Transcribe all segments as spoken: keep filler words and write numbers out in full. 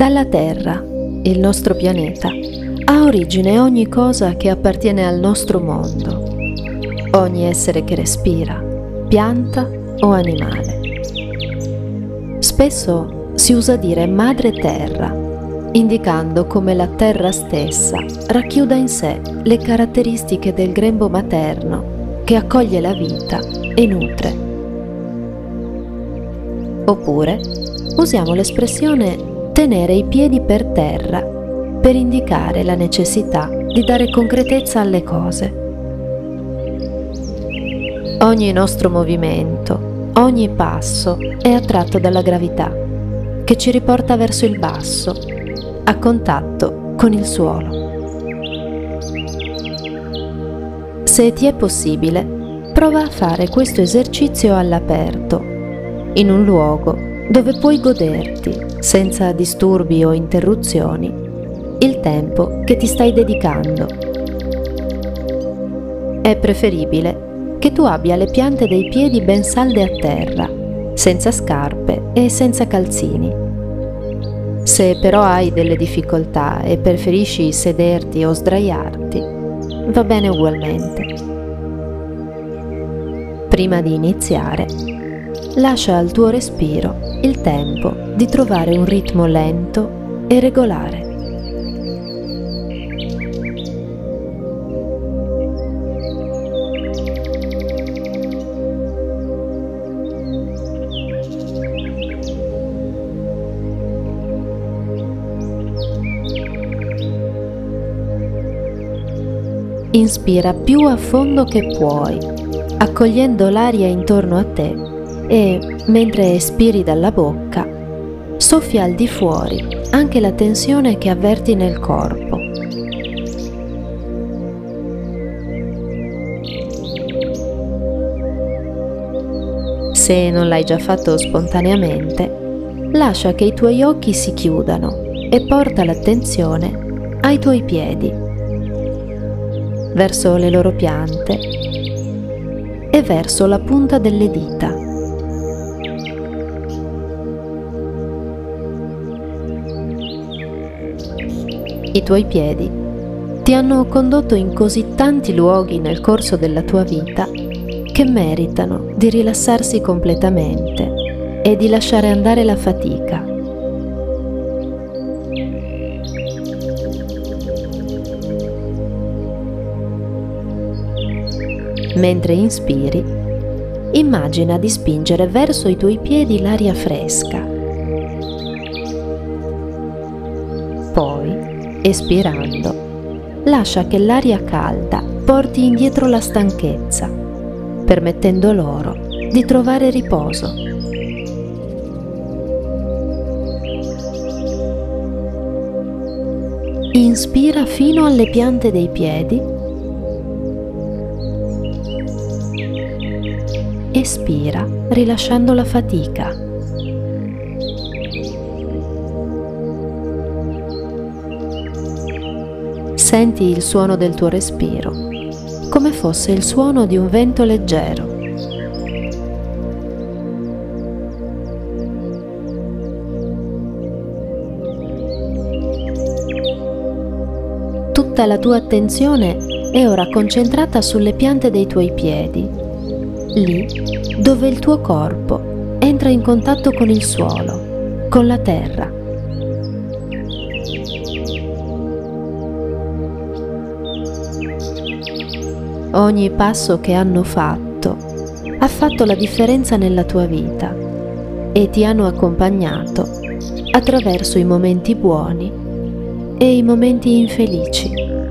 Dalla Terra, il nostro pianeta, ha origine ogni cosa che appartiene al nostro mondo, ogni essere che respira, pianta o animale. Spesso si usa dire Madre Terra, indicando come la Terra stessa racchiuda in sé le caratteristiche del grembo materno che accoglie la vita e nutre. Oppure usiamo l'espressione tenere i piedi per terra per indicare la necessità di dare concretezza alle cose. Ogni nostro movimento, ogni passo è attratto dalla gravità che ci riporta verso il basso, a contatto con il suolo. Se ti è possibile, prova a fare questo esercizio all'aperto, in un luogo dove puoi goderti, senza disturbi o interruzioni, il tempo che ti stai dedicando. È preferibile che tu abbia le piante dei piedi ben salde a terra, senza scarpe e senza calzini. Se però hai delle difficoltà e preferisci sederti o sdraiarti, va bene ugualmente. Prima di iniziare, lascia al tuo respiro il tempo di trovare un ritmo lento e regolare. Inspira più a fondo che puoi, accogliendo l'aria intorno a te e, mentre espiri dalla bocca, soffia al di fuori anche la tensione che avverti nel corpo. Se non l'hai già fatto spontaneamente, lascia che i tuoi occhi si chiudano e porta l'attenzione ai tuoi piedi, verso le loro piante e verso la punta delle dita. I tuoi piedi ti hanno condotto in così tanti luoghi nel corso della tua vita che meritano di rilassarsi completamente e di lasciare andare la fatica. Mentre inspiri, immagina di spingere verso i tuoi piedi l'aria fresca. Poi, espirando, lascia che l'aria calda porti indietro la stanchezza, permettendo loro di trovare riposo. Inspira fino alle piante dei piedi. Espira, rilasciando la fatica. Senti il suono del tuo respiro, come fosse il suono di un vento leggero. Tutta la tua attenzione è ora concentrata sulle piante dei tuoi piedi, lì dove il tuo corpo entra in contatto con il suolo, con la terra. Ogni passo che hanno fatto ha fatto la differenza nella tua vita e ti hanno accompagnato attraverso i momenti buoni e i momenti infelici.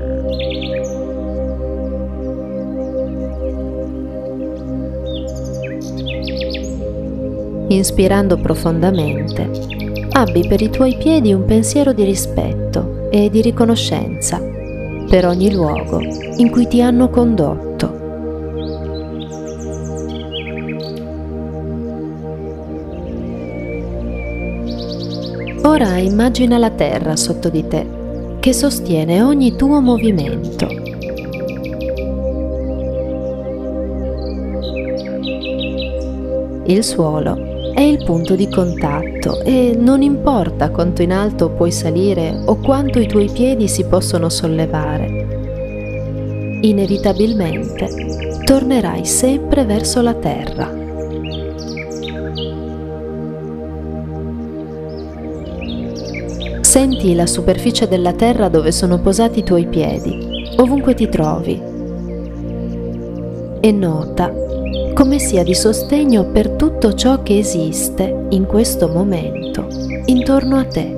Inspirando profondamente, abbi per i tuoi piedi un pensiero di rispetto e di riconoscenza per ogni luogo in cui ti hanno condotto. Ora immagina la terra sotto di te, che sostiene ogni tuo movimento. Il suolo è il punto di contatto e non importa quanto in alto puoi salire o quanto i tuoi piedi si possono sollevare. Inevitabilmente tornerai sempre verso la terra. Senti la superficie della terra dove sono posati i tuoi piedi, ovunque ti trovi, e nota come sia di sostegno per tutto ciò che esiste in questo momento intorno a te.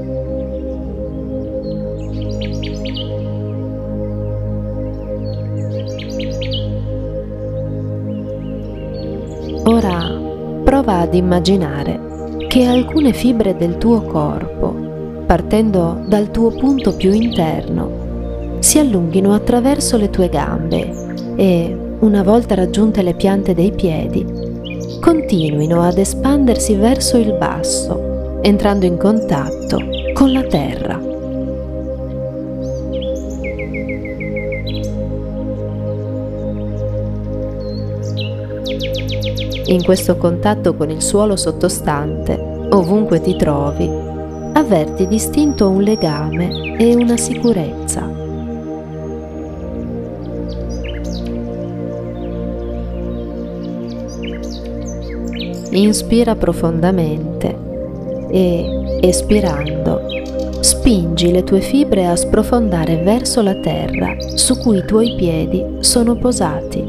Ora prova ad immaginare che alcune fibre del tuo corpo, partendo dal tuo punto più interno, si allunghino attraverso le tue gambe e, una volta raggiunte le piante dei piedi, continuino ad espandersi verso il basso, entrando in contatto con la terra. In questo contatto con il suolo sottostante, ovunque ti trovi, avverti distinto un legame e una sicurezza. Inspira profondamente e, espirando, spingi le tue fibre a sprofondare verso la terra su cui i tuoi piedi sono posati.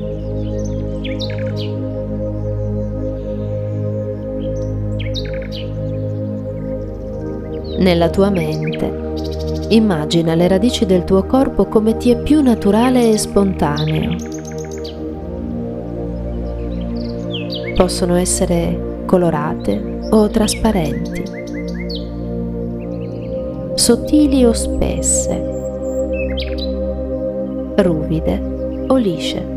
Nella tua mente, immagina le radici del tuo corpo come ti è più naturale e spontaneo. Possono essere colorate o trasparenti, sottili o spesse, ruvide o lisce.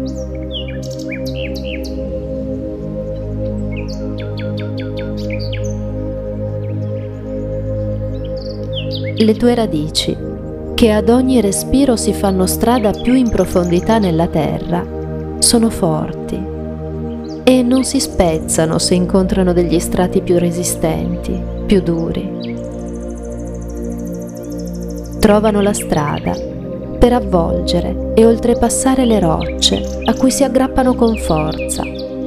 Le tue radici, che ad ogni respiro si fanno strada più in profondità nella terra, sono forti e non si spezzano se incontrano degli strati più resistenti, più duri. Trovano la strada per avvolgere e oltrepassare le rocce a cui si aggrappano con forza.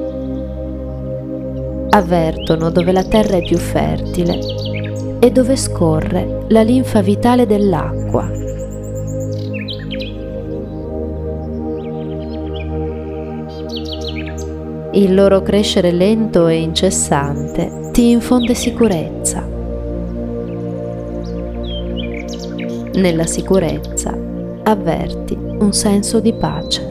Avvertono dove la terra è più fertile e dove scorre la linfa vitale dell'acqua. Il loro crescere lento e incessante ti infonde sicurezza. Nella sicurezza avverti un senso di pace.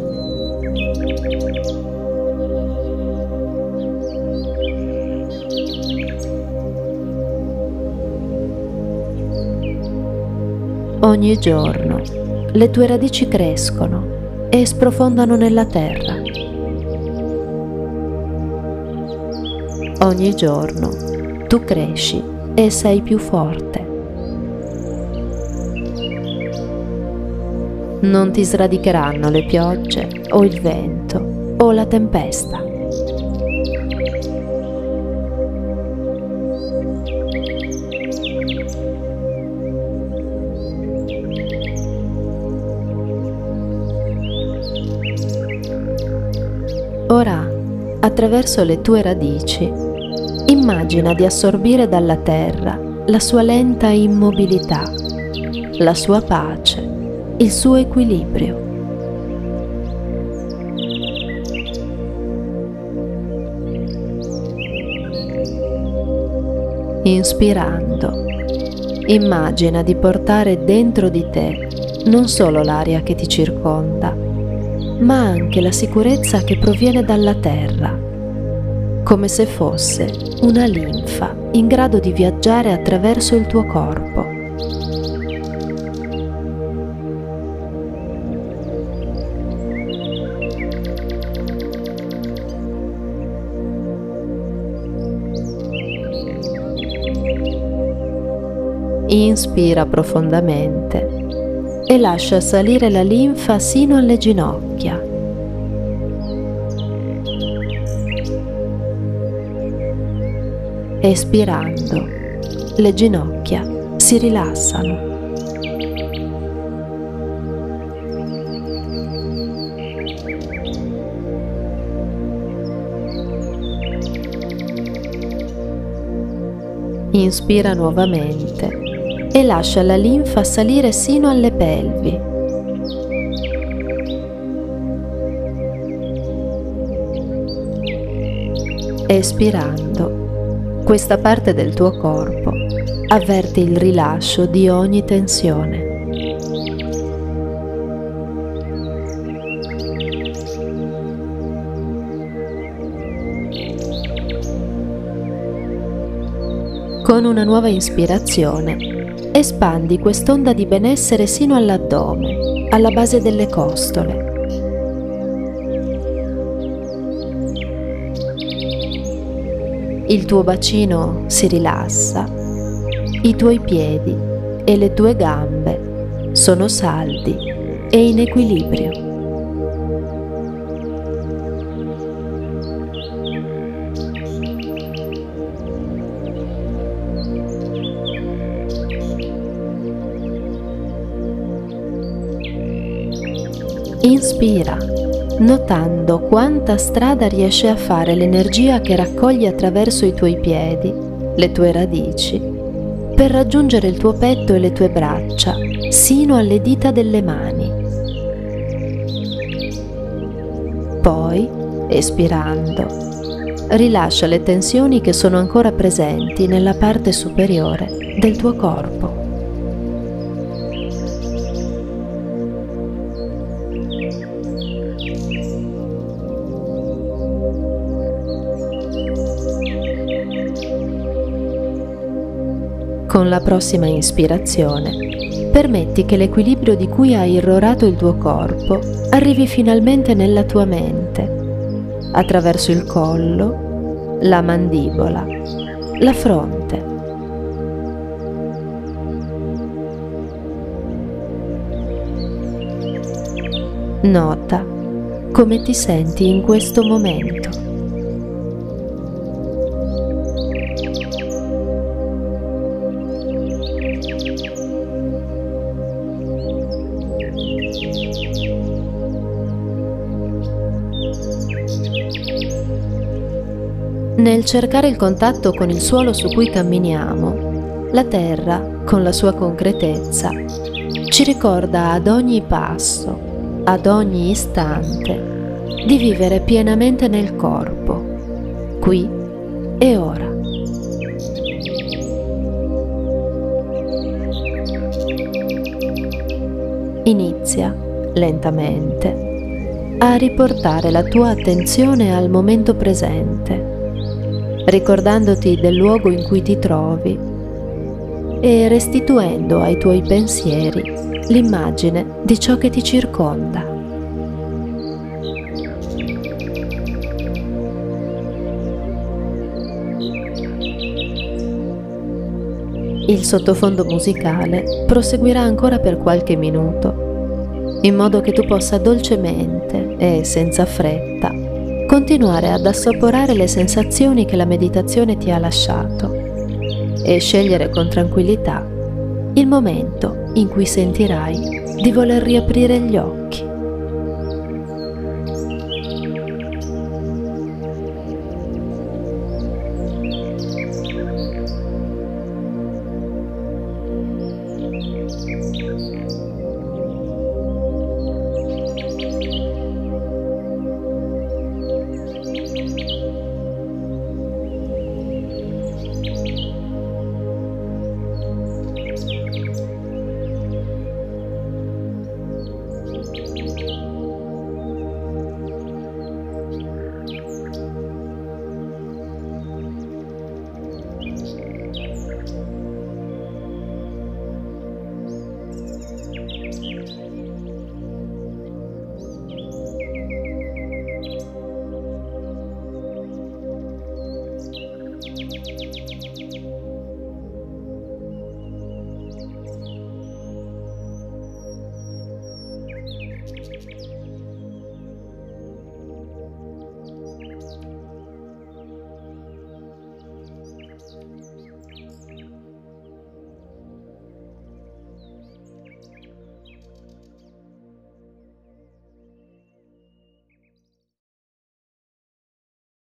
Ogni giorno le tue radici crescono e sprofondano nella terra. Ogni giorno tu cresci e sei più forte. Non ti sradicheranno le piogge o il vento o la tempesta. Ora, attraverso le tue radici, immagina di assorbire dalla terra la sua lenta immobilità, la sua pace, il suo equilibrio. Inspirando, immagina di portare dentro di te non solo l'aria che ti circonda, ma anche la sicurezza che proviene dalla terra, come se fosse una linfa in grado di viaggiare attraverso il tuo corpo. Inspira profondamente e lascia salire la linfa sino alle ginocchia. espirando, le ginocchia si rilassano. Inspira nuovamente e lascia la linfa salire sino alle pelvi. Espirando, questa parte del tuo corpo avverte il rilascio di ogni tensione. Con una nuova ispirazione, espandi quest'onda di benessere sino all'addome, alla base delle costole. Il tuo bacino si rilassa, i tuoi piedi e le tue gambe sono saldi e in equilibrio. Inspira, notando quanta strada riesce a fare l'energia che raccogli attraverso i tuoi piedi, le tue radici, per raggiungere il tuo petto e le tue braccia, sino alle dita delle mani. Poi, espirando, rilascia le tensioni che sono ancora presenti nella parte superiore del tuo corpo. Con la prossima ispirazione, permetti che l'equilibrio di cui hai irrorato il tuo corpo arrivi finalmente nella tua mente, attraverso il collo, la mandibola, la fronte. Nota come ti senti in questo momento. Nel cercare il contatto con il suolo su cui camminiamo, la terra, con la sua concretezza, ci ricorda ad ogni passo, ad ogni istante, di vivere pienamente nel corpo, qui e ora. Inizia, lentamente, a riportare la tua attenzione al momento presente, ricordandoti del luogo in cui ti trovi e restituendo ai tuoi pensieri l'immagine di ciò che ti circonda. Il sottofondo musicale proseguirà ancora per qualche minuto, in modo che tu possa dolcemente e senza fretta continuare ad assaporare le sensazioni che la meditazione ti ha lasciato e scegliere con tranquillità il momento in cui sentirai di voler riaprire gli occhi.